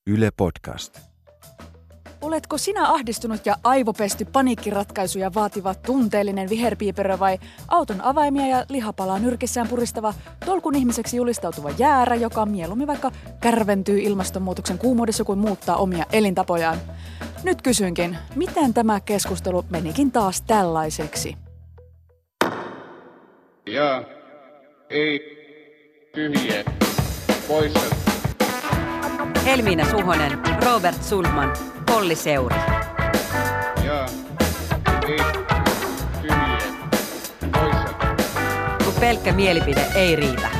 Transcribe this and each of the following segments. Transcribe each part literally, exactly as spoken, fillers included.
Yle Podcast. Oletko sinä ahdistunut ja aivopesty paniikkiratkaisuja vaativa tunteellinen viherpiiperö vai auton avaimia ja lihapalaa nyrkissään puristava tolkun ihmiseksi julistautuva jäärä, joka mieluummin vaikka kärventyy ilmastonmuutoksen kuumuudessa kuin muuttaa omia elintapojaan? Nyt kysynkin, miten tämä keskustelu menikin taas tällaiseksi? Ja ei tyhjä poissa. Helmiina Suhonen, Robert Sundman, Polli Seuri. Ja ei tyhjä poissa. Kun pelkkä mielipide ei riitä.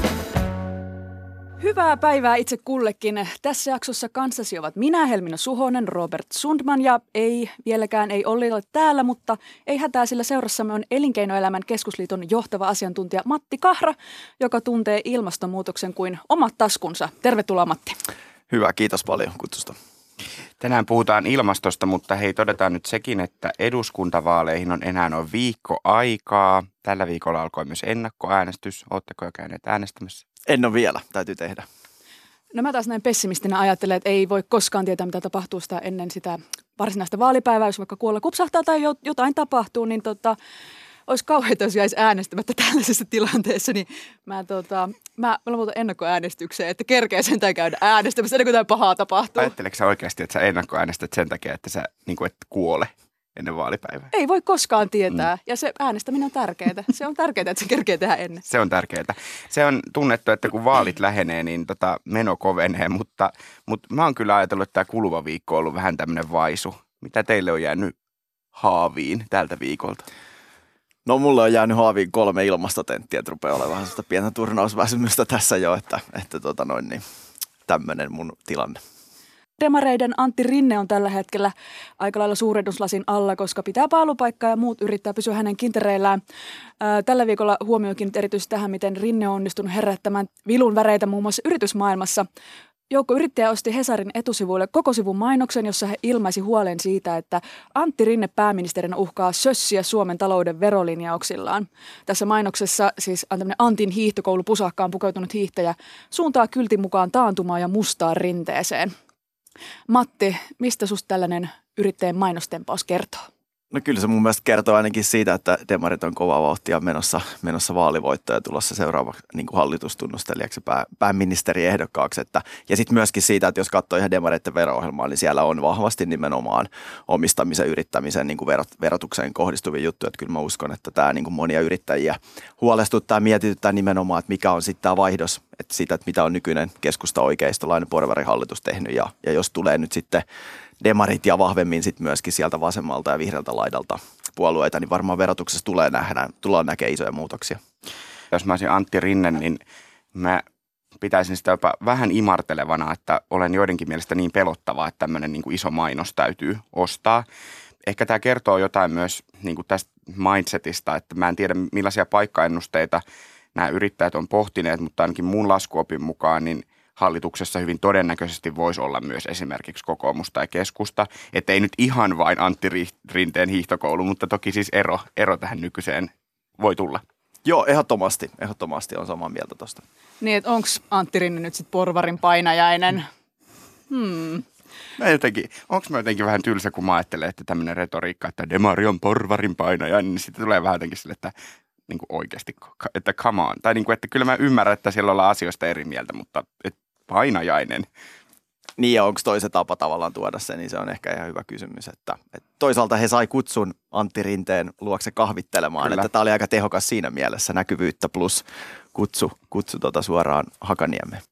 Hyvää päivää itse kullekin. Tässä jaksossa kanssasi ovat minä, Helmiina Suhonen, Robert Sundman ja ei, vieläkään ei Olli ole täällä, mutta ei hätää, sillä seurassamme on Elinkeinoelämän keskusliiton johtava asiantuntija Matti Kahra, joka tuntee ilmastonmuutoksen kuin omat taskunsa. Tervetuloa, Matti. Hyvä, kiitos paljon kutsusta. Tänään puhutaan ilmastosta, mutta hei, todetaan nyt sekin, että eduskuntavaaleihin on enää noin viikko aikaa. Tällä viikolla alkoi myös ennakkoäänestys. Oletteko jo käyneet äänestämässä? En ole vielä, täytyy tehdä. No mä taas näin pessimistinä ajattelen, että ei voi koskaan tietää, mitä tapahtuu sitä ennen sitä varsinaista vaalipäivää, jos vaikka kuolla kupsahtaa tai jotain tapahtuu, niin tota, olisi kauheita, jos jäisi äänestämättä tällaisessa tilanteessa, niin mä, tota, mä, mä lopulta ennakkoäänestykseen, että kerkeä sentään käydä äänestämässä ennen kuin tämä pahaa tapahtuu. Ajatteleeko sä oikeasti, että sä ennakkoäänestät sen takia, että sä niin kuin et kuole ennen vaalipäivää? Ei voi koskaan tietää, mm. ja se äänestäminen on tärkeää. Se on tärkeää, että se kerkee tehdä ennen. Se on tärkeää. Se on tunnettu, että kun vaalit lähenee, niin tota, meno kovenee, mutta, mutta mä oon kyllä ajatellut, että tämä kuluva viikko on ollut vähän tämmöinen vaisu. Mitä teille on jäänyt haaviin tältä viikolta? No mulle on jäänyt haaviin kolme ilmastotenttiä, että rupeaa olemaan vähän sellaista pientä turnausväsymystä tässä jo, että, että tota noin, niin, tämmöinen mun tilanne. Demareiden Antti Rinne on tällä hetkellä aika lailla suurennuslasin alla, koska pitää paalupaikkaa ja muut yrittää pysyä hänen kintereillään. Ää, tällä viikolla huomioikin nyt erityisesti tähän, miten Rinne on onnistunut herättämään vilun väreitä muun muassa yritysmaailmassa. Joukko yrittäjä osti Hesarin etusivuille koko sivun mainoksen, jossa he ilmaisi huolen siitä, että Antti Rinne pääministerinä uhkaa sössiä Suomen talouden verolinjauksillaan. Tässä mainoksessa siis tämmöinen Antin hiihtokoulu pusakkaan pukeutunut hiihtäjä suuntaa kyltin mukaan taantumaan ja mustaan rinteeseen. Matti, mistä susta tällainen yrittäjän mainostempaus kertoo? No kyllä se mun mielestä kertoo ainakin siitä, että demarit on kovaa vauhtia menossa, menossa vaalivoittoja tulossa seuraavaksi niin kuin hallitustunnustelijaksi pää, pääministeriehdokkaaksi. Että, ja sitten myöskin siitä, että jos katsoo ihan demareiden vero-ohjelmaa, niin siellä on vahvasti nimenomaan omistamisen, yrittämisen niin kuin verot, verotukseen kohdistuvia juttuja. Että kyllä mä uskon, että tämä niin kuin monia yrittäjiä huolestuttaa ja mietityttää nimenomaan, että mikä on sitten tämä vaihdos, että siitä, että mitä on nykyinen keskusta-oikeistolainen porvarihallitus tehnyt ja, ja jos tulee nyt sitten demarit ja vahvemmin sitten myöskin sieltä vasemmalta ja vihreältä laidalta puolueita, niin varmaan verotuksessa tulee nähdä, tullaan näkemään isoja muutoksia. Jos mä olisin Antti Rinne, niin mä pitäisin sitä jopa vähän imartelevana, että olen joidenkin mielestä niin pelottavaa, että tämmöinen niin kuin iso mainos täytyy ostaa. Ehkä tämä kertoo jotain myös niin kuin tästä mindsetista, että mä en tiedä millaisia paikkaennusteita nämä yrittäjät on pohtineet, mutta ainakin mun laskuopin mukaan niin hallituksessa hyvin todennäköisesti voisi olla myös esimerkiksi kokoomus tai keskusta. Että ei nyt ihan vain Antti Rinteen hiihtokoulu, mutta toki siis ero, ero tähän nykyiseen voi tulla. Joo, ehdottomasti. Ehdottomasti on samaa mieltä tuosta. Niin, että onko Antti Rinne nyt sitten porvarin painajainen? Hmm. Mä jotenkin, onko mä jotenkin vähän tylsä, kun mä ajattelen, että tämmöinen retoriikka, että demari on porvarin painajainen, niin sitten tulee vähän jotenkin sille, että niin kuin oikeasti, että come on. Tai niin kuin, että kyllä mä ymmärrän, että siellä ollaan asioista eri mieltä, mutta et painajainen. Niin ja onko toi se tapa tavallaan tuoda se, niin se on ehkä ihan hyvä kysymys. Että, että toisaalta he sai kutsun Antti Rinteen luokse kahvittelemaan, kyllä. Että tämä oli aika tehokas siinä mielessä, näkyvyyttä plus kutsu, kutsu tota suoraan Hakaniemeen.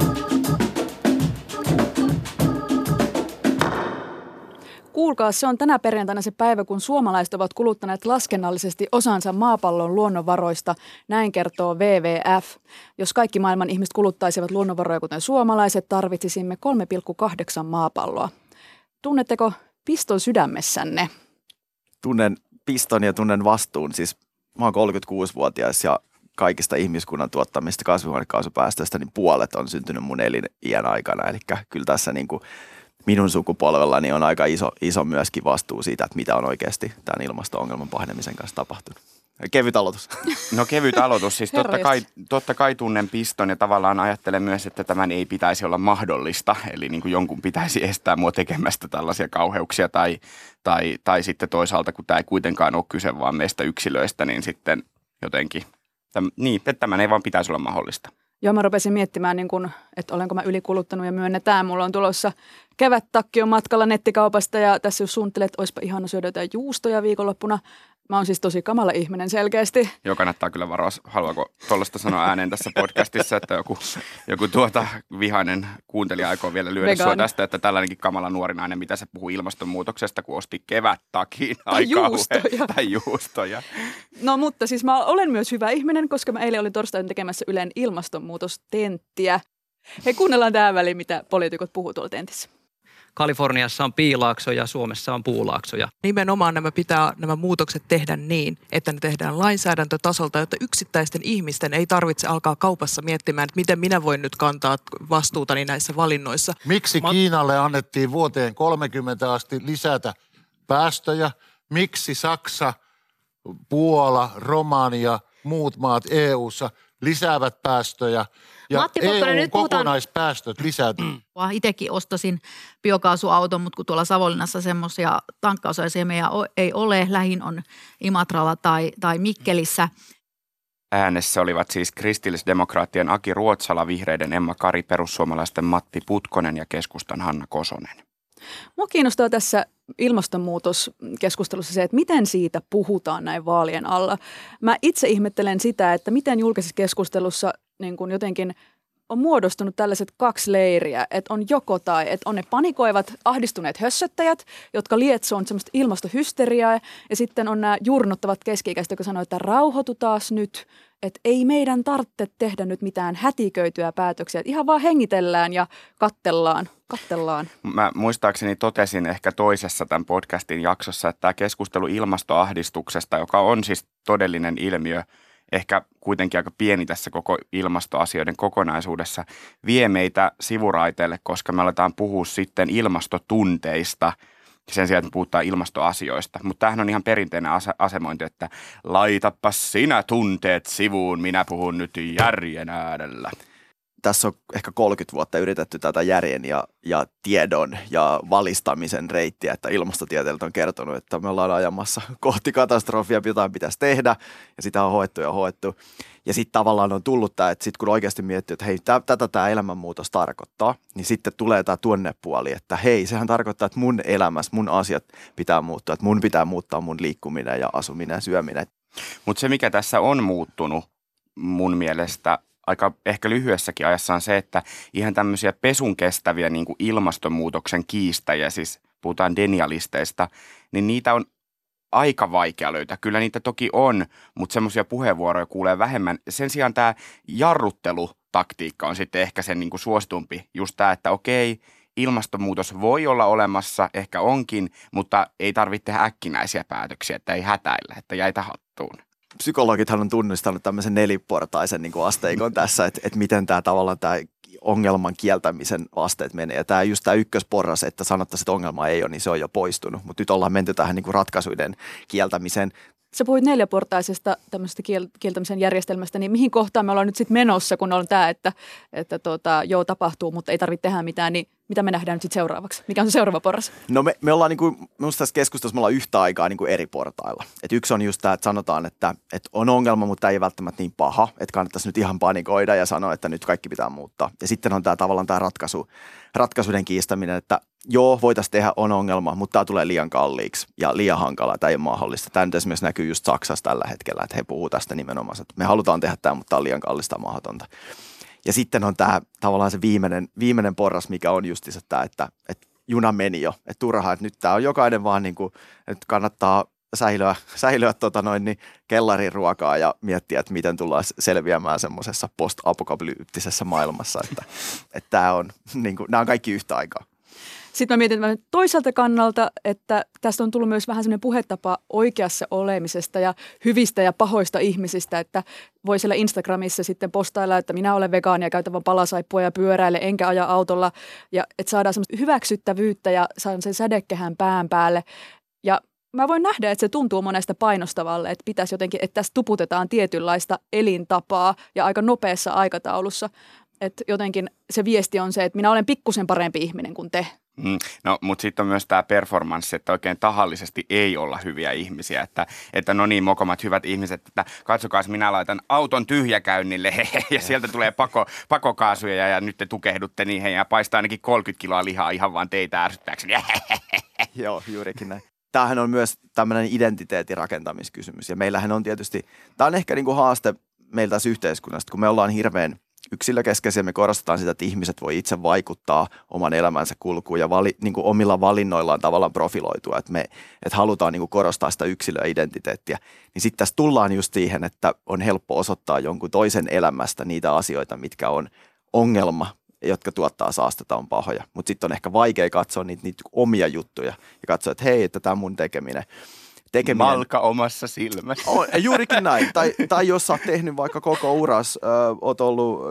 Kuulkaa, se on tänä perjantaina se päivä, kun suomalaiset ovat kuluttaneet laskennallisesti osansa maapallon luonnonvaroista. Näin kertoo W W F. Jos kaikki maailman ihmiset kuluttaisivat luonnonvaroja kuten suomalaiset, tarvitsisimme kolme pilkku kahdeksan maapalloa. Tunnetteko piston sydämessänne? Tunnen piston ja tunnen vastuun. Siis mä oon kolmekymmentäkuusivuotias ja kaikista ihmiskunnan tuottamista kasvihuonekaasupäästöistä niin puolet on syntynyt mun eliniän aikana. Eli kyllä tässä niin kuin minun sukupolvellani on aika iso, iso myöskin vastuu siitä, että mitä on oikeasti tämän ilmasto-ongelman pahenemisen kanssa tapahtunut. Kevyt aloitus. No kevyt aloitus. Siis totta kai, totta kai tunnen piston ja tavallaan ajattelen myös, että tämän ei pitäisi olla mahdollista. Eli niin kuin jonkun pitäisi estää mua tekemästä tällaisia kauheuksia tai, tai, tai sitten toisaalta, kun tämä ei kuitenkaan ole kyse vaan meistä yksilöistä, niin sitten jotenkin, täm, niin, että tämän ei vaan pitäisi olla mahdollista. Joo, mä rupesin miettimään, niin kun, että olenko mä ylikuluttanut ja myönnetään. Mulla on tulossa kevättakki on matkalla nettikaupasta ja tässä jos suunnittelet, että olisipa ihana syödä jotain juustoja viikonloppuna. Mä oon siis tosi kamala ihminen selkeästi. Joo, kannattaa kyllä varoa. Haluaako tuollaista sanoa ääneen tässä podcastissa, että joku, joku tuota vihainen kuuntelija aikoo vielä lyödä Vegaani. Sua tästä, että tällainenkin kamala nuori nainen, mitä se puhuu ilmastonmuutoksesta, kun osti kevättakin tai juustoja. tai juustoja. No mutta siis mä olen myös hyvä ihminen, koska mä eilen olin torstaina tekemässä Ylen ilmastonmuutostenttiä. Hei, kuunnellaan tähän väliin, mitä poliitikot puhuu tuolla tentissä. Kaliforniassa on piilaaksoja, Suomessa on puulaaksoja. Nimenomaan nämä pitää nämä muutokset tehdä niin, että ne tehdään lainsäädäntötasolta, jotta yksittäisten ihmisten ei tarvitse alkaa kaupassa miettimään, että miten minä voin nyt kantaa vastuutani näissä valinnoissa. Miksi Ma- Kiinalle annettiin vuoteen kolmekymmentä asti lisätä päästöjä? Miksi Saksa, Puola, Romania, muut maat E U:ssa lisäävät päästöjä? Ja Matti Puttonen, E U:n kokonaispäästöt lisääntyvät. Itsekin ostasin biokaasuauton, mutta kun tuolla Savonlinnassa semmoisia tankkausasemia ei ole, lähin on Imatralla tai, tai Mikkelissä. Äänessä olivat siis kristillisdemokraattien Aki Ruotsala, vihreiden Emma Kari, perussuomalaisten Matti Putkonen ja keskustan Hanna Kosonen. Mua kiinnostaa tässä ilmastonmuutoskeskustelussa se, että miten siitä puhutaan näin vaalien alla. Mä itse ihmettelen sitä, että miten julkisessa keskustelussa niin kun jotenkin on muodostunut tällaiset kaksi leiriä, että on joko tai, että on ne panikoivat, ahdistuneet hössöttäjät, jotka lietsoo semmoista ilmastohysteriaa, ja sitten on nämä jurnuttavat keski-ikäiset, jotka sanoo, että rauhoitu taas nyt, että ei meidän tarvitse tehdä nyt mitään hätiköityä päätöksiä, että ihan vaan hengitellään ja kattellaan, kattellaan. Mä muistaakseni totesin ehkä toisessa tämän podcastin jaksossa, että tämä keskustelu ilmastoahdistuksesta, joka on siis todellinen ilmiö, ehkä kuitenkin aika pieni tässä koko ilmastoasioiden kokonaisuudessa, vie meitä sivuraiteille, koska me aletaan puhua sitten ilmastotunteista sen sijaan, että puhutaan ilmastoasioista. Mutta tämähän on ihan perinteinen ase- asemointi, että laitapa sinä tunteet sivuun, minä puhun nyt järjen äärellä. Tässä on ehkä kolmekymmentä vuotta yritetty tätä järjen ja, ja tiedon ja valistamisen reittiä, että ilmastotieteilijät on kertonut, että me ollaan ajamassa kohti katastrofia, jotain pitäisi tehdä, ja sitä on hoettu ja hoettu. Ja sitten tavallaan on tullut tämä, että sitten kun oikeasti miettii, että hei, tä, tätä tämä elämänmuutos tarkoittaa, niin sitten tulee tämä tuonnepuoli, että hei, sehän tarkoittaa, että mun elämässä, mun asiat pitää muuttua, että mun pitää muuttaa mun liikkuminen ja asuminen ja syöminen. Mutta se, mikä tässä on muuttunut mun mielestä, aika ehkä lyhyessäkin ajassa on se, että ihan tämmöisiä pesun kestäviä niin kuin ilmastonmuutoksen kiistäjiä, siis puhutaan denialisteista, niin niitä on aika vaikea löytää. Kyllä niitä toki on, mutta semmoisia puheenvuoroja kuulee vähemmän. Sen sijaan tämä jarruttelutaktiikka on sitten ehkä sen niin kuin suositumpi. Just tämä, että okei, ilmastonmuutos voi olla olemassa, ehkä onkin, mutta ei tarvitse tehdä äkkinäisiä päätöksiä, että ei hätäillä, että jäitä hattuun. Psykologithan on tunnistanut tämmöisen neliportaisen niin kuin asteikon tässä, että, että miten tämä tavallaan tämä ongelman kieltämisen asteet menee. Ja tämä just tämä ykkösporras, että sanottaisiin, että ongelma ei ole, niin se on jo poistunut. Mutta nyt ollaan menty tähän niin kuin ratkaisuiden kieltämiseen. Sä puhuit neljäportaisesta tämmöisestä kiel- kieltämisen järjestelmästä, niin mihin kohtaan me ollaan nyt sitten menossa, kun on tämä, että, että tuota, joo tapahtuu, mutta ei tarvitse tehdä mitään, niin mitä me nähdään nyt sitten seuraavaksi? Mikä on se seuraava porras? No me, me ollaan niin kuin, minusta tässä keskustelussa me ollaan yhtä aikaa niin kuin eri portailla. Et yksi on just tämä, että sanotaan, että, että on ongelma, mutta ei välttämättä niin paha, että kannattaisi nyt ihan panikoida ja sanoa, että nyt kaikki pitää muuttaa. Ja sitten on tämä tavallaan tämä ratkaisu, ratkaisuiden kiistäminen, että joo, voitaisiin tehdä, on ongelma, mutta tämä tulee liian kalliiksi ja liian hankalaa, tämä ei ole mahdollista. Tämä nyt esimerkiksi näkyy just Saksassa tällä hetkellä, että he puhuu tästä nimenomaan, että me halutaan tehdä tämä, mutta tämä on liian kallista ja mahdotonta. Ja sitten on tämä tavallaan se viimeinen, viimeinen porras, mikä on justiinsa tämä, että, että juna meni jo. Että turhaa, että nyt tämä on jokainen vaan niin kuin, että kannattaa säilyä, säilyä tota noin, niin kellarin ruokaa ja miettiä, että miten tullaan selviämään semmoisessa post-apokalyptisessa maailmassa. Että, että tämä on, niin kuin, nämä on kaikki yhtä aikaa. Sitten mä mietin että toiselta kannalta, että tästä on tullut myös vähän semmoinen puhetapa oikeassa olemisesta ja hyvistä ja pahoista ihmisistä, että voi siellä Instagramissa sitten postailla, että minä olen vegaani ja käytän vaan palasaippua ja pyöräile enkä aja autolla. Ja että saadaan semmoista hyväksyttävyyttä ja saadaan sen sädekehän pään päälle. Ja mä voin nähdä, että se tuntuu monesta painostavalle, että pitäisi jotenkin, että tässä tuputetaan tietynlaista elintapaa ja aika nopeassa aikataulussa. Että jotenkin se viesti on se, että minä olen pikkusen parempi ihminen kuin te. Mm, no, mutta sitten on myös tämä performanssi, että oikein tahallisesti ei olla hyviä ihmisiä. Että, että no niin, mokomat hyvät ihmiset, että katsokaa, minä laitan auton tyhjäkäynnille ja sieltä tulee pako, pakokaasuja ja, ja nyt te tukehdutte niihin ja paistaa ainakin kolmekymmentä kiloa lihaa ihan vaan teitä ärsyttääkseni. Joo, juurikin näin. Tämähän on myös tämmöinen identiteetin rakentamiskysymys ja meillähän on tietysti, tämä on ehkä niin kuin haaste meiltä tässä yhteiskunnasta, kun me ollaan hirveän yksilökeskeisiä, me korostetaan sitä, että ihmiset voi itse vaikuttaa oman elämänsä kulkuun ja vali, niin kuin omilla valinnoillaan tavallaan profiloitua, että me että halutaan niin kuin korostaa sitä yksilöidentiteettiä. Niin sitten tässä tullaan just siihen, että on helppo osoittaa jonkun toisen elämästä niitä asioita, mitkä on ongelma, jotka tuottaa saastetta, on pahoja. Mutta sitten on ehkä vaikea katsoa niitä, niitä omia juttuja ja katsoa, että hei, että tämä mun tekeminen. tekeminen. Malka omassa silmässä. On, juurikin näin. Tai, tai jos sä oot tehnyt vaikka koko uras, ö, oot ollut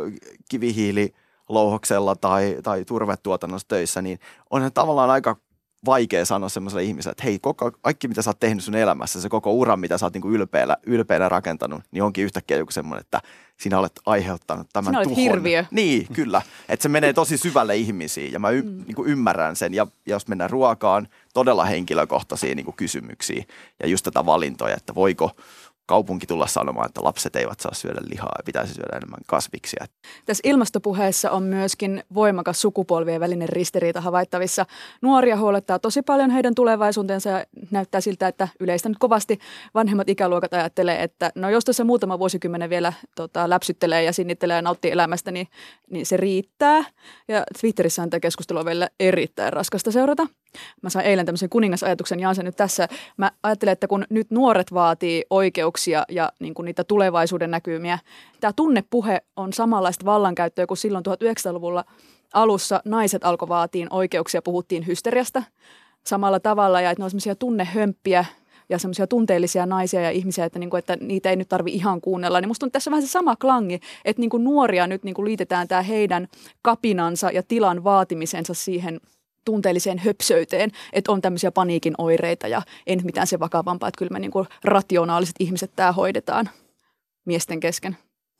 kivihiililouhoksella tai, tai turvetuotannossa töissä, niin onhan tavallaan aika vaikea sanoa semmoiselle ihmiselle, että hei, koko, kaikki mitä sä oot tehnyt sun elämässä, se koko ura, mitä sä oot niinku ylpeänä, ylpeänä rakentanut, niin onkin yhtäkkiä joku semmoinen, että sinä olet aiheuttanut tämän sinä tuhon. Sinä olet hirviö. Niin, kyllä. Että se menee tosi syvälle ihmisiin ja mä y, mm. niinku ymmärrän sen. Ja, ja jos mennään ruokaan, todella henkilökohtaisia niinku kysymyksiä ja just tätä valintoja, että voiko kaupunki tulla sanomaan, että lapset eivät saa syödä lihaa ja pitäisi syödä enemmän kasviksia. Tässä ilmastopuheessa on myöskin voimakas sukupolvien välinen ristiriita havaittavissa. Nuoria huolettaa tosi paljon heidän tulevaisuutensa ja näyttää siltä, että yleistä nyt kovasti vanhemmat ikäluokat ajattelee, että no jos tässä muutama vuosikymmenen vielä tota, läpsyttelee ja sinnittelee ja nauttii elämästä, niin, niin se riittää. Ja Twitterissä on tämä keskustelu vielä erittäin raskasta seurata. Mä sain eilen tämmöisen kuningasajatuksen, jaan sen nyt tässä. Mä ajattelen, että kun nyt nuoret vaatii oikeuksia ja niin kuin niitä tulevaisuuden näkymiä, tämä tunnepuhe on samanlaista vallankäyttöä kuin silloin tuhatyhdeksänsataaluvulla alussa naiset alkoi vaatiin oikeuksia, puhuttiin hysteriasta samalla tavalla ja että ne on semmoisia tunnehömppiä ja semmoisia tunteellisia naisia ja ihmisiä, että, niin kuin, että niitä ei nyt tarvitse ihan kuunnella. Niin musta on tässä vähän se sama klangi, että niin kuin nuoria nyt niin kuin liitetään tämä heidän kapinansa ja tilan vaatimisensa siihen tunteelliseen höpsöyteen, että on tämmöisiä paniikin oireita ja ei nyt mitään se vakavampaa, että kyllä me niin kuin rationaaliset ihmiset tämä hoidetaan miesten kesken.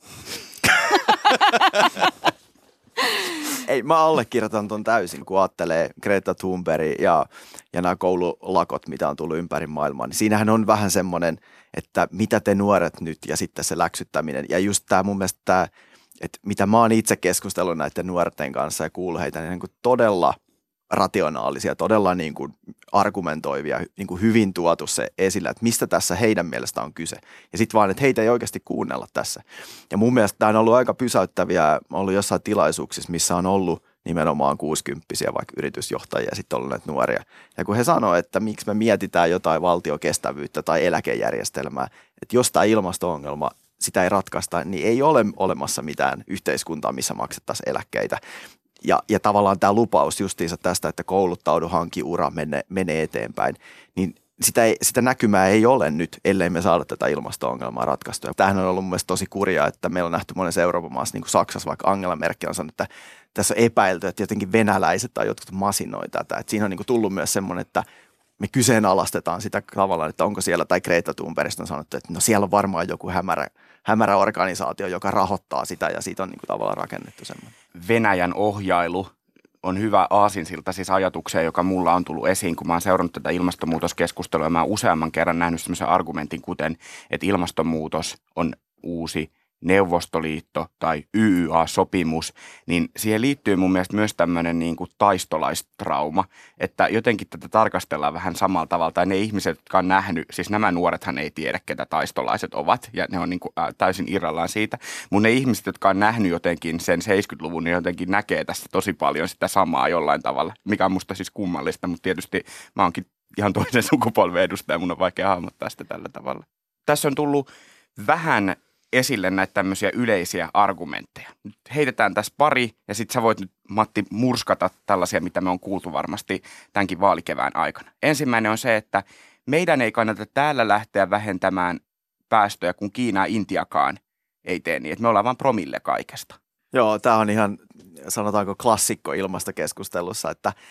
Ei, mä allekirjoitan ton täysin, kun ajattelee Greta Thunberg ja, ja nämä koululakot, mitä on tullut ympäri maailmaa, niin siinähän on vähän semmoinen, että mitä te nuoret nyt ja sitten se läksyttäminen ja just tämä mun mielestä tämä, että mitä mä oon itse keskustellut näiden nuorten kanssa ja kuullut heitä, niin, niin kuin todella rationaalisia, todella niin kuin argumentoivia, niin kuin hyvin tuotu se esille, että mistä tässä heidän mielestä on kyse. Ja sitten vaan, että heitä ei oikeasti kuunnella tässä. Ja mun mielestä tämä on ollut aika pysäyttäviä, ollut jossain tilaisuuksissa, missä on ollut nimenomaan kuusikymppisiä vaikka yritysjohtajia ja sitten ollut näitä nuoria. Ja kun he sanoo, että miksi me mietitään jotain valtiokestävyyttä tai eläkejärjestelmää, että jos tämä ilmasto-ongelma sitä ei ratkaista, niin ei ole olemassa mitään yhteiskuntaa, missä maksettaisiin eläkkeitä. Ja, ja tavallaan tämä lupaus justiinsa tästä, että kouluttaudu, hanki ura, mene, mene eteenpäin, niin sitä, ei, sitä näkymää ei ole nyt, ellei me saada tätä ilmasto-ongelmaa ratkaistua. Tämähän on ollut mun mielestä tosi kurjaa, että meillä on nähty monessa Euroopan maassa, niin kuin Saksassa, vaikka Angela Merkel on sanonut, että tässä on epäilty, että jotenkin venäläiset tai jotkut masinoi tätä. Että siinä on niin kuin tullut myös semmoinen, että me kyseenalaistetaan sitä tavallaan, että onko siellä, tai Greta Thunbergista on sanottu, että no siellä on varmaan joku hämärä, hämärä organisaatio, joka rahoittaa sitä ja siitä on niin kuin tavallaan rakennettu semmoinen. Venäjän ohjailu on hyvä aasinsilta siis ajatukseen, joka mulla on tullut esiin, kun mä oon seurannut tätä ilmastonmuutoskeskustelua ja mä oon useamman kerran nähnyt semmoisen argumentin, kuten, että ilmastonmuutos on uusi Neuvostoliitto tai Y Y A-sopimus, niin siihen liittyy mun mielestä myös tämmöinen niin kuin taistolaistrauma, että jotenkin tätä tarkastellaan vähän samalla tavalla, tai ne ihmiset, jotka on nähnyt, siis nämä nuorethan ei tiedä, ketä taistolaiset ovat, ja ne on niin kuin, ä, täysin irrallaan siitä, mutta ne ihmiset, jotka on nähnyt jotenkin sen seitsemänkymmentäluvun, niin jotenkin näkee tässä tosi paljon sitä samaa jollain tavalla, mikä on musta siis kummallista, mutta tietysti mä oonkin ihan toisen sukupolven edustaja, mun on vaikea hahmottaa sitä tällä tavalla. Tässä on tullut vähän esille näitä tämmöisiä yleisiä argumentteja. Nyt heitetään tässä pari ja sitten sä voit nyt, Matti, murskata tällaisia, mitä me on kuultu varmasti tämänkin vaalikevään aikana. Ensimmäinen on se, että meidän ei kannata täällä lähteä vähentämään päästöjä, kun Kiina ja Intiakaan ei tee niin, että me ollaan vaan promille kaikesta. Joo, tämä on ihan, sanotaanko klassikko ilmastokeskustelussa, että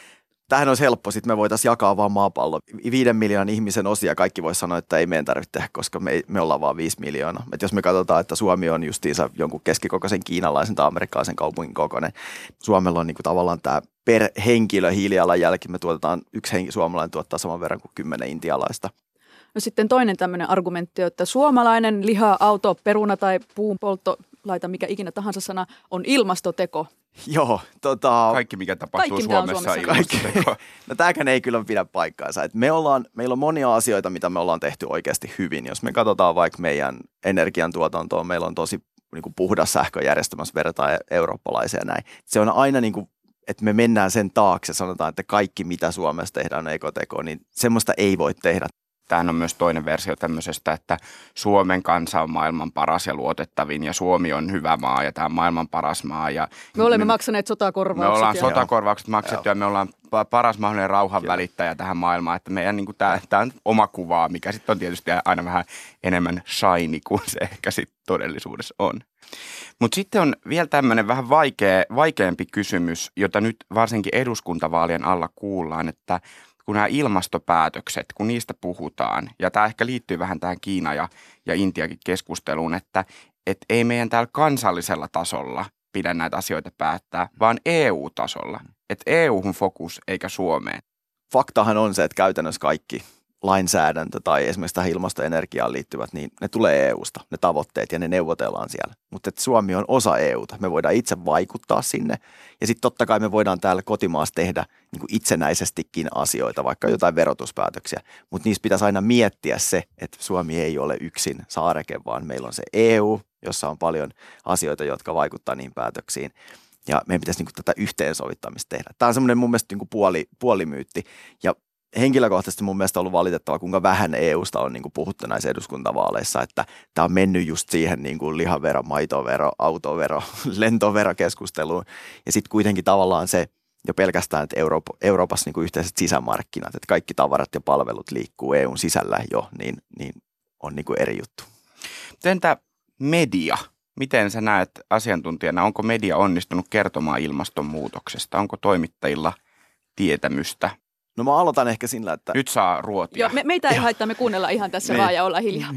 Tämähän olisi helppo, sitten me voitaisiin jakaa vaan maapallo viiden miljoonan ihmisen osia. Kaikki voisi sanoa, että ei meidän tarvitse tehdä, koska me, me ollaan vaan viisi miljoonaa. Et jos me katsotaan, että Suomi on justiinsa jonkun keskikokoisen kiinalaisen tai amerikkalaisen kaupungin kokoinen. Suomella on niin kuin tavallaan tämä per henkilö hiilijalanjälki. Me tuotetaan, yksi henki suomalainen tuottaa saman verran kuin kymmenen intialaista. No sitten toinen tämmöinen argumentti, että suomalainen liha, auto, peruna tai puun poltto, laita mikä ikinä tahansa sana, on ilmastoteko. Joo, tota... Kaikki, mikä tapahtuu Kaikki, Suomessa, on ilmastoteko. No tämäkään ei kyllä pidä paikkaansa. Et me ollaan, meillä on monia asioita, mitä me ollaan tehty oikeasti hyvin. Jos me katsotaan vaikka meidän energiantuotantoa, meillä on tosi niin kuin puhdas sähköjärjestelmässä verrataan eurooppalaisia näin. Se on aina niin kuin, että me mennään sen taakse, sanotaan, että kaikki mitä Suomessa tehdään on ekoteko, niin semmoista ei voi tehdä. Tämähän on myös toinen versio tämmöisestä, että Suomen kansa on maailman paras ja luotettavin ja Suomi on hyvä maa ja tämä on maailman paras maa. Ja me olemme me, maksaneet sotakorvaukset. Me ollaan ja... sotakorvaukset maksettu ja me ollaan paras mahdollinen rauhan Kyllä. välittäjä tähän maailmaan. Että meidän niin kuin tämä, tämä on oma kuvaa, mikä sitten on tietysti aina vähän enemmän shiny kuin se ehkä sitten todellisuudessa on. Mutta sitten on vielä tämmöinen vähän vaikea, vaikeampi kysymys, jota nyt varsinkin eduskuntavaalien alla kuullaan, että kun nämä ilmastopäätökset, kun niistä puhutaan, ja tämä ehkä liittyy vähän tähän Kiina ja, ja Intiakin keskusteluun, että et ei meidän täällä kansallisella tasolla pidä näitä asioita päättää, vaan E U-tasolla. Että E U-hun fokus eikä Suomeen. Faktahan on se, että käytännössä kaikki lainsäädäntö tai esimerkiksi tähän ilmastoenergiaan liittyvät, niin ne tulee E U:sta, ne tavoitteet ja ne neuvotellaan siellä. Mutta Suomi on osa E U:ta, me voidaan itse vaikuttaa sinne ja sitten totta kai me voidaan täällä kotimaassa tehdä niin kuin itsenäisestikin asioita, vaikka jotain verotuspäätöksiä, mutta niissä pitäisi aina miettiä se, että Suomi ei ole yksin saareke, vaan meillä on se E U, jossa on paljon asioita, jotka vaikuttaa niihin päätöksiin. Ja meidän pitäisi niin kuin tätä yhteensovittamista tehdä. Tämä on semmoinen mun mielestä niin kuin puoli, puolimyytti. Ja henkilökohtaisesti mun mielestä on ollut valitettava, kuinka vähän E U:sta on niin kuin puhuttu näissä eduskuntavaaleissa, että tämä on mennyt just siihen niin kuin lihavero, maitovero, autovero, lentoverokeskusteluun. Ja sitten kuitenkin tavallaan se jo pelkästään, että Euroop- Euroopassa niin kuin yhteiset sisämarkkinat, että kaikki tavarat ja palvelut liikkuu E U:n sisällä jo, niin, niin on niin kuin eri juttu. Entä media? Miten sä näet asiantuntijana, onko media onnistunut kertomaan ilmastonmuutoksesta? Onko toimittajilla tietämystä? No mä aloitan ehkä sillä, että... Nyt saa ruotia. Joo, me, meitä ei haittaa, me kuunnellaan ihan tässä vaan ja olla hiljaa.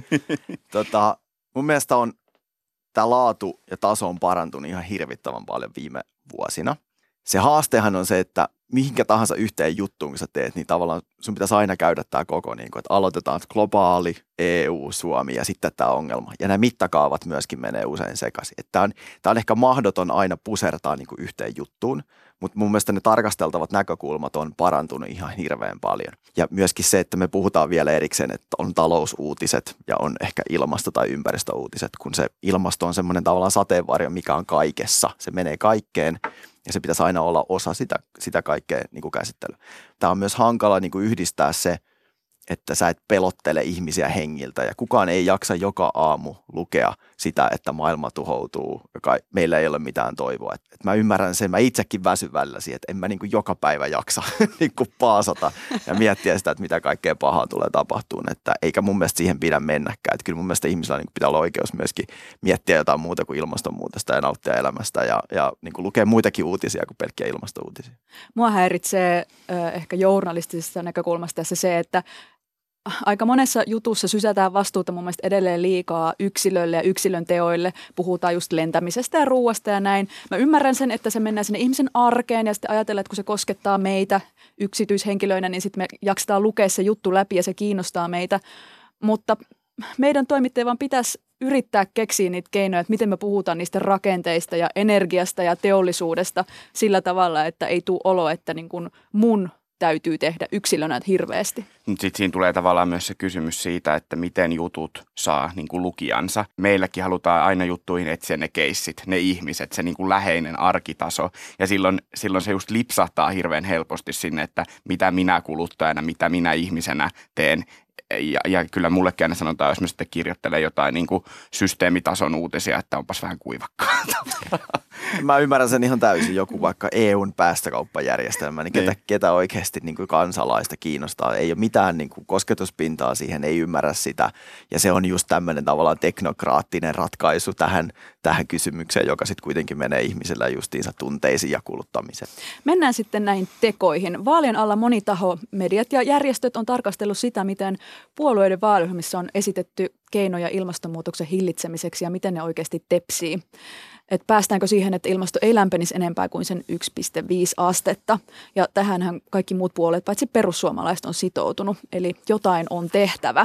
tota, mun mielestä on tämä laatu ja taso on parantunut ihan hirvittävän paljon viime vuosina. Se haastehan on se, että mihinkä tahansa yhteen juttuun, kun sä teet, niin tavallaan sun pitäisi aina käydä tämä koko, niin kuin, että aloitetaan globaali, E U, Suomi ja sitten tämä ongelma. Ja nämä mittakaavat myöskin menee usein sekaisin. Tämä on, on ehkä mahdoton aina pusertaa niin kuin yhteen juttuun, mutta mun mielestä ne tarkasteltavat näkökulmat on parantunut ihan hirveän paljon. Ja myöskin se, että me puhutaan vielä erikseen, että on talousuutiset ja on ehkä ilmasto- tai ympäristöuutiset, kun se ilmasto on semmoinen tavallaan sateenvarjo, mikä on kaikessa. Se menee kaikkeen. Ja se pitäisi aina olla osa sitä, sitä kaikkea niin kuin käsittelyä. Tämä on myös hankala niin kuin yhdistää se, että sä et pelottele ihmisiä hengiltä. Ja kukaan ei jaksa joka aamu lukea sitä, että maailma tuhoutuu, joka meillä ei ole mitään toivoa. Et, et mä ymmärrän sen, mä itsekin väsyn välillä siihen, että en mä niin kuin joka päivä jaksa niin kuin paasata ja miettiä sitä, että mitä kaikkea pahaa tulee tapahtumaan. Että eikä mun mielestä siihen pidä mennäkään. Että kyllä mun mielestä ihmisillä niin kuin pitää olla oikeus myöskin miettiä jotain muuta kuin ilmastonmuutosta ja nauttia elämästä ja, ja niin kuin lukea muitakin uutisia kuin pelkkiä ilmastouutisia. Mua häiritsee äh, ehkä journalistisesta näkökulmasta tässä se, että aika monessa jutussa sysätään vastuuta mun mielestä edelleen liikaa yksilölle ja yksilön teoille. Puhutaan just lentämisestä ja ruuasta ja näin. Mä ymmärrän sen, että se mennään sinne ihmisen arkeen ja sitten ajatellaan, että kun se koskettaa meitä yksityishenkilöinä, niin sitten me jaksetaan lukea se juttu läpi ja se kiinnostaa meitä. Mutta meidän toimittajien vaan pitäisi yrittää keksiä niitä keinoja, että miten me puhutaan niistä rakenteista ja energiasta ja teollisuudesta sillä tavalla, että ei tule olo, että niin kuin mun täytyy tehdä yksilönä hirveästi. Sitten siinä tulee tavallaan myös se kysymys siitä, että miten jutut saa niin kuin lukijansa. Meilläkin halutaan aina juttuihin etsiä ne keissit, ne ihmiset, se niin kuin läheinen arkitaso. Ja silloin, silloin se just lipsahtaa hirveän helposti sinne, että mitä minä kuluttajana, mitä minä ihmisenä teen. Ja, ja kyllä mullekin aina sanotaan, jos mä sitten kirjoittelen jotain niin kuin systeemitason uutisia, että onpas vähän kuivakkaa. mä ymmärrän sen ihan täysin. Joku vaikka E U:n päästökauppajärjestelmä, niin ketä, ketä oikeasti niin kuin kansalaista kiinnostaa. Ei ole mitään niin kuin kosketuspintaa siihen, ei ymmärrä sitä. Ja se on just tämmöinen tavallaan teknokraattinen ratkaisu tähän, tähän kysymykseen, joka sitten kuitenkin menee ihmisellä justiinsa tunteisiin ja kuluttamiseen. Mennään sitten näihin tekoihin. Vaalien alla moni taho, mediat ja järjestöt on tarkastellut sitä, miten puolueiden vaaliohjelmissa on esitetty keinoja ilmastonmuutoksen hillitsemiseksi ja miten ne oikeasti tepsii. Että päästäänkö siihen, että ilmasto ei lämpenisi enempää kuin sen yksi pilkku viisi astetta. Ja tähänhän kaikki muut puolueet, paitsi perussuomalaiset, on sitoutunut. Eli jotain on tehtävä.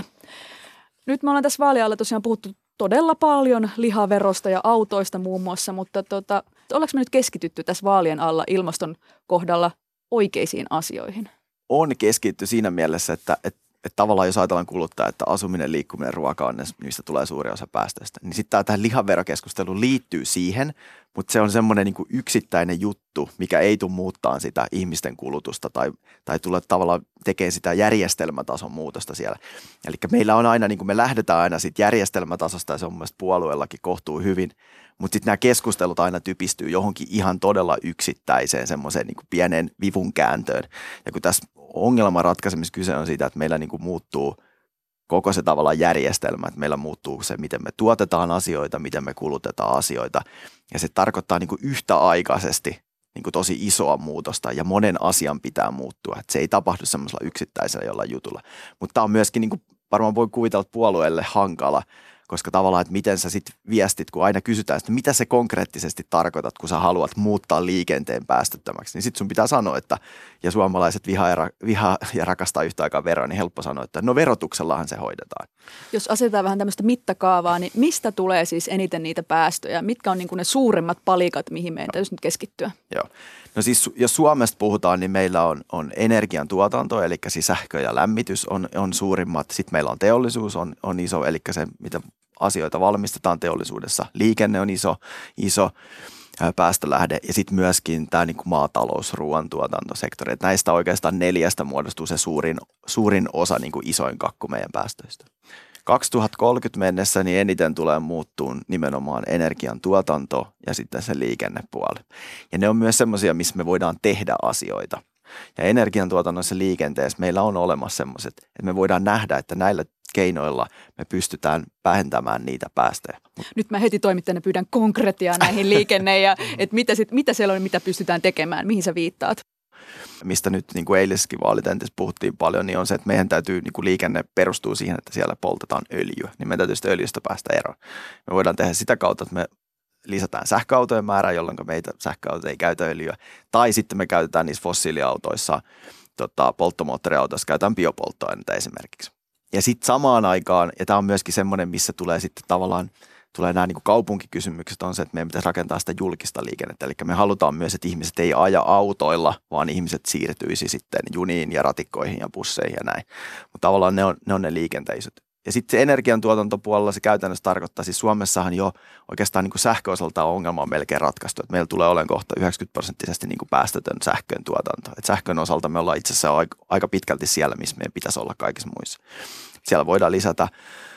Nyt me ollaan tässä vaalialla tosiaan puhuttu todella paljon lihaverosta ja autoista muun muassa, mutta tota, ollaanko me nyt keskitytty tässä vaalien alla ilmaston kohdalla oikeisiin asioihin? On keskitty siinä mielessä, että, että, että tavallaan jos ajatellaan kuluttaa, että asuminen, liikkuminen, ruoka on ne, mistä tulee suuri osa päästöistä, niin sitten tähän lihaverokeskusteluun liittyy siihen, mutta se on semmoinen niin kuin yksittäinen juttu, mikä ei tule muuttaa sitä ihmisten kulutusta tai, tai tule tavallaan tekemään sitä järjestelmätason muutosta siellä. Eli meillä on aina, niin kuin me lähdetään aina siitä järjestelmätasosta ja se on mun mielestä puolueellakin kohtuu hyvin, mutta sitten nämä keskustelut aina typistyy johonkin ihan todella yksittäiseen semmoiseen niin kuin pienen vivun kääntöön. Ja kun tässä ongelman ratkaisemisessa kyse on siitä, että meillä niin kuin muuttuu koko se tavallaan järjestelmä, että meillä muuttuu se, miten me tuotetaan asioita, miten me kulutetaan asioita. Ja se tarkoittaa niin kuin yhtäaikaisesti niin kuin tosi isoa muutosta ja monen asian pitää muuttua. Että se ei tapahdu semmoisella yksittäisellä jollain jutulla. Mutta tämä on myöskin, niin kuin varmaan voi kuvitella puolueelle hankala, koska tavallaan, että miten sä sitten viestit, kun aina kysytään, että mitä se konkreettisesti tarkoitat, kun sä haluat muuttaa liikenteen päästöttömäksi, niin sitten sun pitää sanoa, että ja suomalaiset vihaa ja, ra- vihaa ja rakastaa yhtä aikaa veroa, niin helppo sanoa, että no verotuksellahan se hoidetaan. Jos asetetaan vähän tämmöistä mittakaavaa, niin mistä tulee siis eniten niitä päästöjä? Mitkä on niin kuin ne suurimmat palikat, mihin meidän täytyisi nyt keskittyä? Joo. No siis jos Suomesta puhutaan, niin meillä on, on energiantuotanto, eli siis sähkö ja lämmitys on, on suurimmat. Sitten meillä on teollisuus, on, on iso, eli se, mitä asioita valmistetaan teollisuudessa. Liikenne on iso, iso päästölähde ja sitten myöskin tämä niin kuin maatalous, ruoantuotantosektori. Et näistä oikeastaan neljästä muodostuu se suurin, suurin osa, niin kuin isoin kakku meidän päästöistä. kaksituhattakolmekymmentä mennessä niin eniten tulee muuttuun nimenomaan energiantuotanto ja sitten se liikennepuoli. Ja ne on myös semmoisia, missä me voidaan tehdä asioita. Ja energiantuotannossa liikenteessä meillä on olemassa semmoiset, että me voidaan nähdä, että näillä keinoilla me pystytään vähentämään niitä päästöjä. Nyt mä heti toimittajana pyydän konkretiaa näihin liikenne ja että mitä, sit, mitä siellä on, mitä pystytään tekemään, mihin sä viittaat? Mistä nyt niin kuin eilisessäkin vaalitentissä puhuttiin paljon, niin on se, että meidän täytyy, niin kuin liikenne perustuu siihen, että siellä poltetaan öljyä, niin meidän täytyy sitä öljystä päästä eroon. Me voidaan tehdä sitä kautta, että me lisätään sähköautojen määrää, jolloin meitä sähköautoja ei käytä öljyä, tai sitten me käytetään niissä fossiiliautoissa, tota, polttomoottoriautoissa käytetään biopolttoaineita esimerkiksi. Ja sitten samaan aikaan, ja tämä on myöskin semmoinen, missä tulee sitten tavallaan, tulee nämä niin kuin kaupunkikysymykset, on se, että meidän pitäisi rakentaa sitä julkista liikennettä. Eli me halutaan myös, että ihmiset ei aja autoilla, vaan ihmiset siirtyisi sitten juniin ja ratikkoihin ja busseihin ja näin. Mutta tavallaan ne on ne, on ne liikenteiset. Ja sitten se energiantuotantopuolella se käytännössä tarkoittaa, siis Suomessahan jo oikeastaan niin kuin sähköosalta ongelma on melkein ratkaistu. Että meillä tulee olemaan kohta yhdeksänkymmentä prosenttisesti niin kuin päästötön sähkön tuotanto. Et sähkön osalta me ollaan itse asiassa aika pitkälti siellä, missä meidän pitäisi olla kaikissa muissa. Siellä voidaan lisätä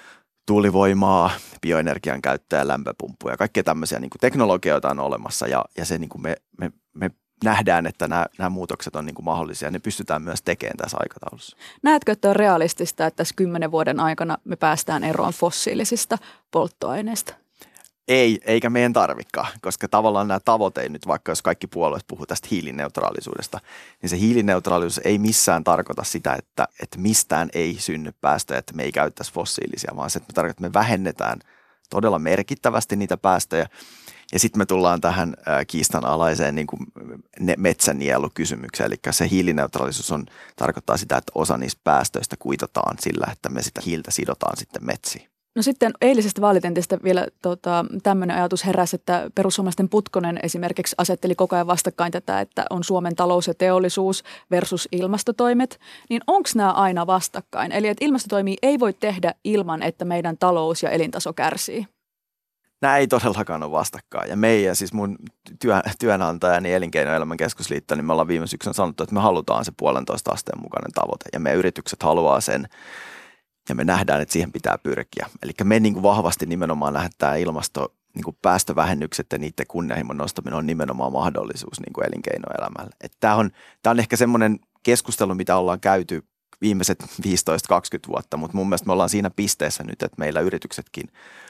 tuulivoimaa, bioenergian käyttöä, lämpöpumppuja, kaikkea tämmöisiä niin kuin teknologioita on olemassa ja, ja se niin kuin me, me, me nähdään, että nämä, nämä muutokset on niin kuin mahdollisia ja ne pystytään myös tekemään tässä aikataulussa. Näetkö, että on realistista, että tässä kymmenen vuoden aikana me päästään eroon fossiilisista polttoaineista? Ei, eikä meidän tarvikaan, koska tavallaan nämä tavoitteet nyt, vaikka jos kaikki puolueet puhuu tästä hiilineutraalisuudesta, niin se hiilineutraalisuus ei missään tarkoita sitä, että, että mistään ei synny päästöjä, että me ei käyttäisi fossiilisia, vaan se, että me tarkoittaa, että me vähennetään todella merkittävästi niitä päästöjä. Ja sitten me tullaan tähän kiistanalaiseen niin kuin metsänielukysymykseen, eli se hiilineutraalisuus on, tarkoittaa sitä, että osa niistä päästöistä kuitataan sillä, että me sitä hiiltä sidotaan sitten metsiin. No sitten eilisestä vaalitentistä vielä tota, tämmöinen ajatus heräsi, että perussuomalaisten Putkonen esimerkiksi asetteli koko ajan vastakkain tätä, että on Suomen talous ja teollisuus versus ilmastotoimet. Niin onko nämä aina vastakkain? Eli että ilmastotoimia ei voi tehdä ilman, että meidän talous ja elintaso kärsii. Nämä ei todellakaan ole vastakkain. Ja meidän, siis mun työ, työnantajani Elinkeinoelämän keskusliitto, niin me ollaan viime syksynä sanottu, että me halutaan se puolentoista asteen mukainen tavoite. Ja meidän yritykset haluaa sen. Ja me nähdään, että siihen pitää pyrkiä. Eli me niin kuin vahvasti nimenomaan lähdetään ilmasto, niin kuin päästövähennykset ja niiden kunnianhimon nostaminen on nimenomaan mahdollisuus niin kuin elinkeinoelämälle. Tämä on, tää on ehkä semmoinen keskustelu, mitä ollaan käyty viimeiset viisitoista kaksikymmentä vuotta, mutta mun mielestä me ollaan siinä pisteessä nyt, että meillä yrityksetkin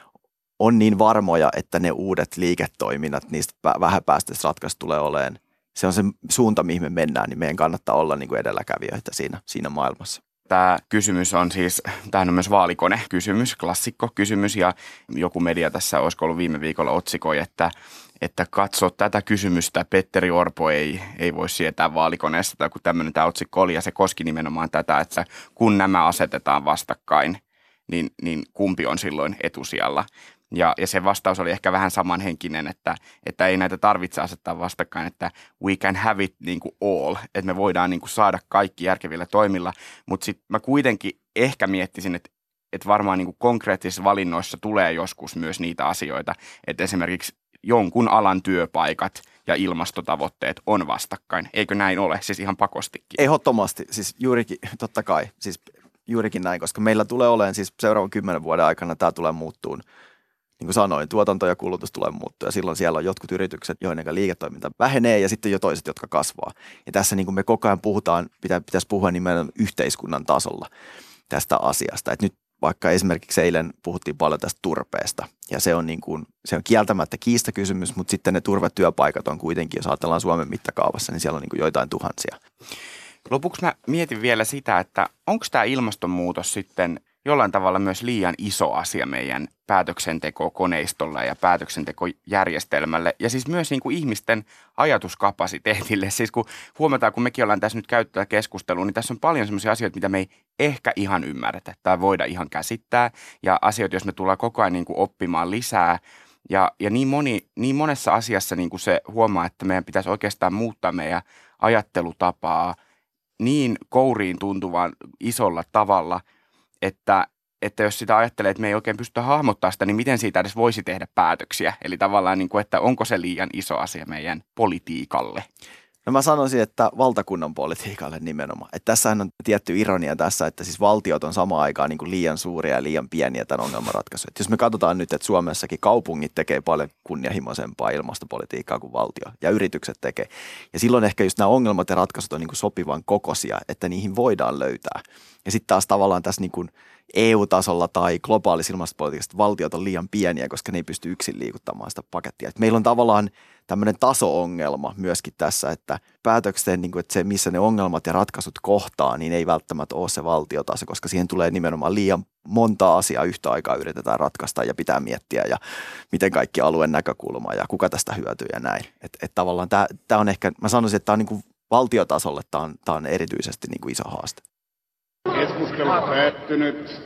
on niin varmoja, että ne uudet liiketoiminnat, niistä vähäpäästöistä ratkaisut tulee olemaan. Se on se suunta, mihin me mennään, niin meidän kannattaa olla niin kuin edelläkävijöitä siinä, siinä maailmassa. Tämä kysymys on siis, tämähän on myös vaalikone-kysymys, klassikko-kysymys, ja joku media tässä, olisiko ollut viime viikolla otsikoi, että, että katso tätä kysymystä, Petteri Orpo ei, ei voi sietää vaalikoneessa, tai kun tämmöinen tämä otsikko oli, ja se koski nimenomaan tätä, että kun nämä asetetaan vastakkain, niin, niin kumpi on silloin etusijalla. Ja, ja se vastaus oli ehkä vähän samanhenkinen, että, että ei näitä tarvitse asettaa vastakkain, että we can have it niin kuin all, että me voidaan niin kuin saada kaikki järkevillä toimilla, mutta sitten mä kuitenkin ehkä miettisin, että, että varmaan niin kuin konkreettisissa valinnoissa tulee joskus myös niitä asioita, että esimerkiksi jonkun alan työpaikat ja ilmastotavoitteet on vastakkain. Eikö näin ole? Siis ihan pakostikin. Ehdottomasti, siis juurikin, totta kai, siis juurikin näin, koska meillä tulee olemaan siis seuraavan kymmenen vuoden aikana tämä tulee muuttuun. Niin kuin sanoin, tuotanto ja kulutus tulee muuttua ja silloin siellä on jotkut yritykset, joiden liiketoiminta vähenee ja sitten jo toiset, jotka kasvaa. Ja tässä niin kuin me koko ajan puhutaan, pitä, pitäisi puhua nimenomaan yhteiskunnan tasolla tästä asiasta. Et nyt vaikka esimerkiksi eilen puhuttiin paljon tästä turpeesta ja se on, niin kuin, se on kieltämättä kiistakysymys, mutta sitten ne turvetyöpaikat on kuitenkin, jos ajatellaan Suomen mittakaavassa, niin siellä on niin kuin joitain tuhansia. Lopuksi mä mietin vielä sitä, että onko tämä ilmastonmuutos sitten jollain tavalla myös liian iso asia meidän päätöksentekokoneistolle ja päätöksentekojärjestelmälle ja siis myös niin kuin ihmisten ajatuskapasiteetille. Siis kun huomataan, kun mekin ollaan tässä nyt käyttää keskustelua, niin tässä on paljon sellaisia asioita, mitä me ei ehkä ihan ymmärretä tai voida ihan käsittää ja asioita, jos me tullaan koko ajan niin kuin oppimaan lisää. Ja, ja niin, moni, niin monessa asiassa niin kuin se huomaa, että meidän pitäisi oikeastaan muuttaa meidän ajattelutapaa niin kouriin tuntuvan isolla tavalla, että, että jos sitä ajattelee, että me ei oikein pystytä hahmottaa sitä, niin miten siitä edes voisi tehdä päätöksiä? Eli tavallaan, niin kuin, että onko se liian iso asia meidän politiikalle? No mä sanoisin, että valtakunnan politiikalle nimenomaan. Että tässähän on tietty ironia tässä, että siis valtiot on samaan aikaan niin kuin liian suuria ja liian pieniä tämän ongelmanratkaisuja. Että jos me katsotaan nyt, että Suomessakin kaupungit tekee paljon kunnianhimoisempaa ilmastopolitiikkaa kuin valtio ja yritykset tekee. Ja silloin ehkä just nämä ongelmat ja ratkaisut on niin kuin sopivan kokoisia, että niihin voidaan löytää. Ja sitten taas tavallaan tässä niin kuin E U-tasolla tai globaalissa ilmastopolitiikassa valtiot on liian pieniä, koska ne ei pysty yksin liikuttamaan sitä pakettia. Et meillä on tavallaan tämmöinen taso-ongelma myöskin tässä, että päätöksen, niin kuin, että se missä ne ongelmat ja ratkaisut kohtaa, niin ei välttämättä ole se valtiotaso, koska siihen tulee nimenomaan liian monta asiaa yhtä aikaa yritetään ratkaista ja pitää miettiä ja miten kaikki alueen näkökulma ja kuka tästä hyötyy ja näin. Että et tavallaan tämä on ehkä, mä sanoisin, että tämä on niin kuin valtiotasolle tämä on, tämä on erityisesti niin kuin iso haaste. Keskustelu päättynyt.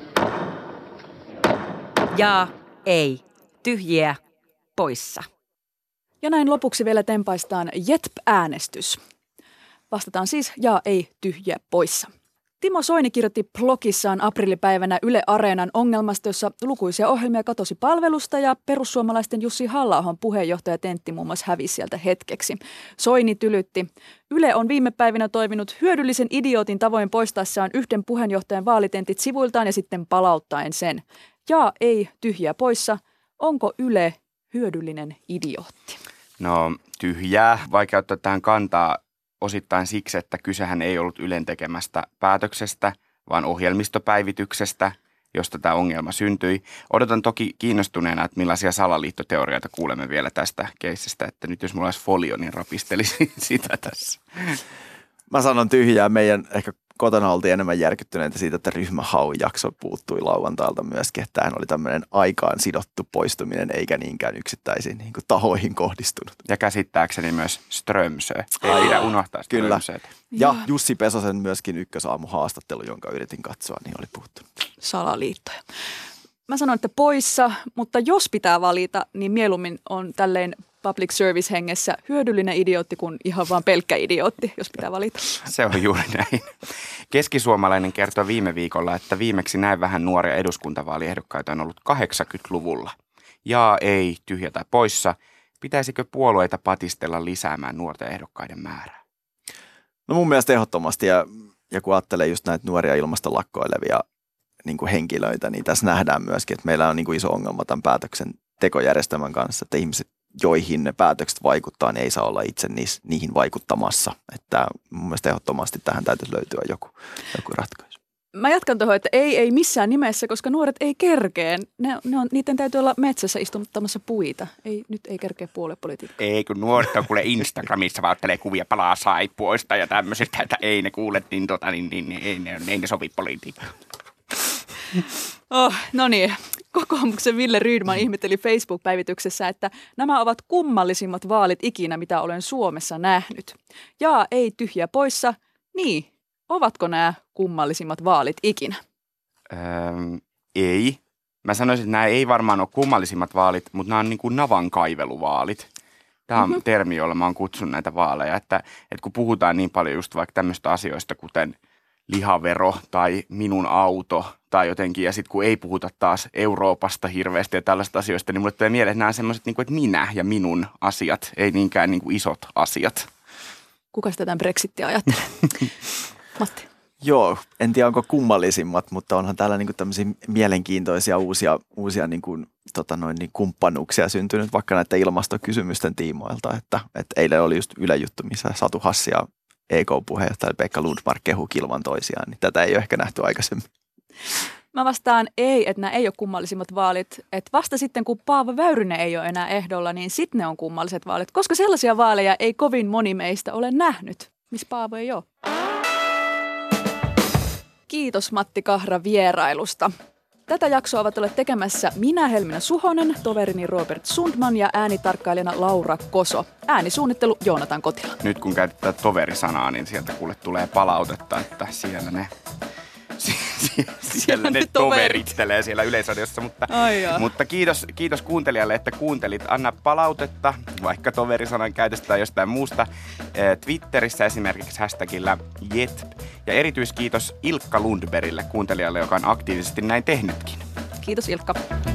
Jaa, ei, tyhjiä, poissa. Ja näin lopuksi vielä tempaistaan J E T P-äänestys. Vastataan siis jaa, ei, tyhjiä, poissa. Timo Soini kirjoitti blogissaan aprillipäivänä Yle Areenan ongelmasta, jossa lukuisia ohjelmia katosi palvelusta ja perussuomalaisten Jussi Halla-ahon puheenjohtaja Tentti muun muassa hävisi sieltä hetkeksi. Soini tylytti. Yle on viime päivinä toiminut hyödyllisen idiootin tavoin poistaessaan yhden puheenjohtajan vaalitentit sivuiltaan ja sitten palauttaen sen. Jaa, ei, tyhjiä, poissa. Onko Yle hyödyllinen idiootti? No tyhjää, vaikea ottaa tähän kantaa osittain siksi, että kysehän ei ollut Ylen tekemästä päätöksestä, vaan ohjelmistopäivityksestä, josta tämä ongelma syntyi. Odotan toki kiinnostuneena, että millaisia salaliittoteorioita kuulemme vielä tästä keisistä, että nyt jos mulla olisi folio, niin rapistelisin sitä tässä. Mä sanon tyhjää. Meidän ehkä kotona oltiin enemmän järkyttyneitä siitä, että ryhmähaujakso puuttui lauantailta myöskin. Tämähän oli tämmöinen aikaan sidottu poistuminen, eikä niinkään yksittäisiin niin kuin tahoihin kohdistunut. Ja käsittääkseni myös Strömsö. Ei pidä unohtaa Strömsöä. Ja Jussi Pesosen myöskin ykkösaamu haastattelu, jonka yritin katsoa, niin oli puhuttunut. Salaliittoja. Mä sanon, että poissa, mutta jos pitää valita, niin mieluummin on tälleen public service hengessä hyödyllinen idiootti kuin ihan vaan pelkkä idiootti, jos pitää valita. Se on juuri näin. Keskisuomalainen kertoi viime viikolla, että viimeksi näin vähän nuoria eduskuntavaaliehdokkaita on ollut kahdeksankymmentäluvulla. Jaa, ei, tyhjä tai poissa. Pitäisikö puolueita patistella lisäämään nuorten ehdokkaiden määrää? No mun mielestä ehdottomasti, ja, ja kun ajattelee just näitä nuoria ilmastolakkoilevia niin kuin henkilöitä, niin tässä nähdään myöskin, että meillä on niin kuin iso ongelma tämän päätöksen tekojärjestelmän kanssa, että ihmiset, joihin ne päätökset vaikuttaa, niin ei saa olla itse niihin vaikuttamassa. Että mun mielestä ehdottomasti tähän täytyisi löytyä joku, joku ratkaisu. Mä jatkan tuohon, että ei, ei missään nimessä, koska nuoret ei kerkeen. Ne, ne on, niiden täytyy olla metsässä istuttamassa puita. Ei, nyt ei kerkeä puoluepolitiikkaa. Ei, kun nuoret on kuule Instagramissa, vaan ottelee kuvia palaa saippuista ja tämmöisistä, että ei ne kuule, niin, tota, niin, niin, niin ei, ne, ei ne sovi politiikkaan. Oh, no niin. Kokoomuksen Ville Rydman ihmetteli Facebook-päivityksessä, että nämä ovat kummallisimmat vaalit ikinä, mitä olen Suomessa nähnyt. Jaa, ei tyhjä poissa. Niin, ovatko nämä kummallisimmat vaalit ikinä? Öö, ei. Mä sanoisin, että nämä ei varmaan ole kummallisimmat vaalit, mutta nämä on niin kuin navankaiveluvaalit. Tämä on mm-hmm. termi, jolla mä oon kutsunut näitä vaaleja, että, että kun puhutaan niin paljon just vaikka tämmöistä asioista, kuten lihavero tai minun auto tai jotenkin, ja sitten kun ei puhuta taas Euroopasta hirveästi ja tällaista asioista, niin mulle tulee mieleen, että nämä on semmoiset, niin kuin, että minä ja minun asiat, ei niinkään niin kuin isot asiat. Kuka sitä tämän Brexitia ajattelee? Matti. Joo, en tiedä onko kummallisimmat, mutta onhan täällä niinku tämmöisiä mielenkiintoisia uusia, uusia niinku, tota noin, niin kumppanuuksia syntynyt vaikka näiden ilmastokysymysten tiimoilta. Että, että eilen oli just Yle juttu, missä Satu Hassi ja E K-puheenjohtaja Pekka Lundmark kehu kilvan toisiaan, niin tätä ei ole ehkä nähty aikaisemmin. Mä vastaan ei, että nämä ei ole kummallisimmat vaalit. Että vasta sitten, kun Paavo Väyrynen ei ole enää ehdolla, niin sitten ne on kummalliset vaalit. Koska sellaisia vaaleja ei kovin moni meistä ole nähnyt, missä Paavo ei ole. Kiitos Matti Kahra vierailusta. Tätä jaksoa ovat olleet tekemässä minä Helmina Suhonen, toverini Robert Sundman ja äänitarkkailijana Laura Koso. Äänisuunnittelu Joonatan Kotila. Nyt kun käytetään toverisanaa, niin sieltä kuule tulee palautetta, että siellä ne, siellä, siellä ne toverittelee siellä Yleisradiossa. Mutta, mutta kiitos, kiitos kuuntelijalle, että kuuntelit. Anna palautetta, vaikka toverisanan käytöstä tai jostain muusta. Twitterissä esimerkiksi hashtagillä Jet. Ja erityiskiitos Ilkka Lundbergille, kuuntelijalle, joka on aktiivisesti näin tehnytkin. Kiitos Ilkka.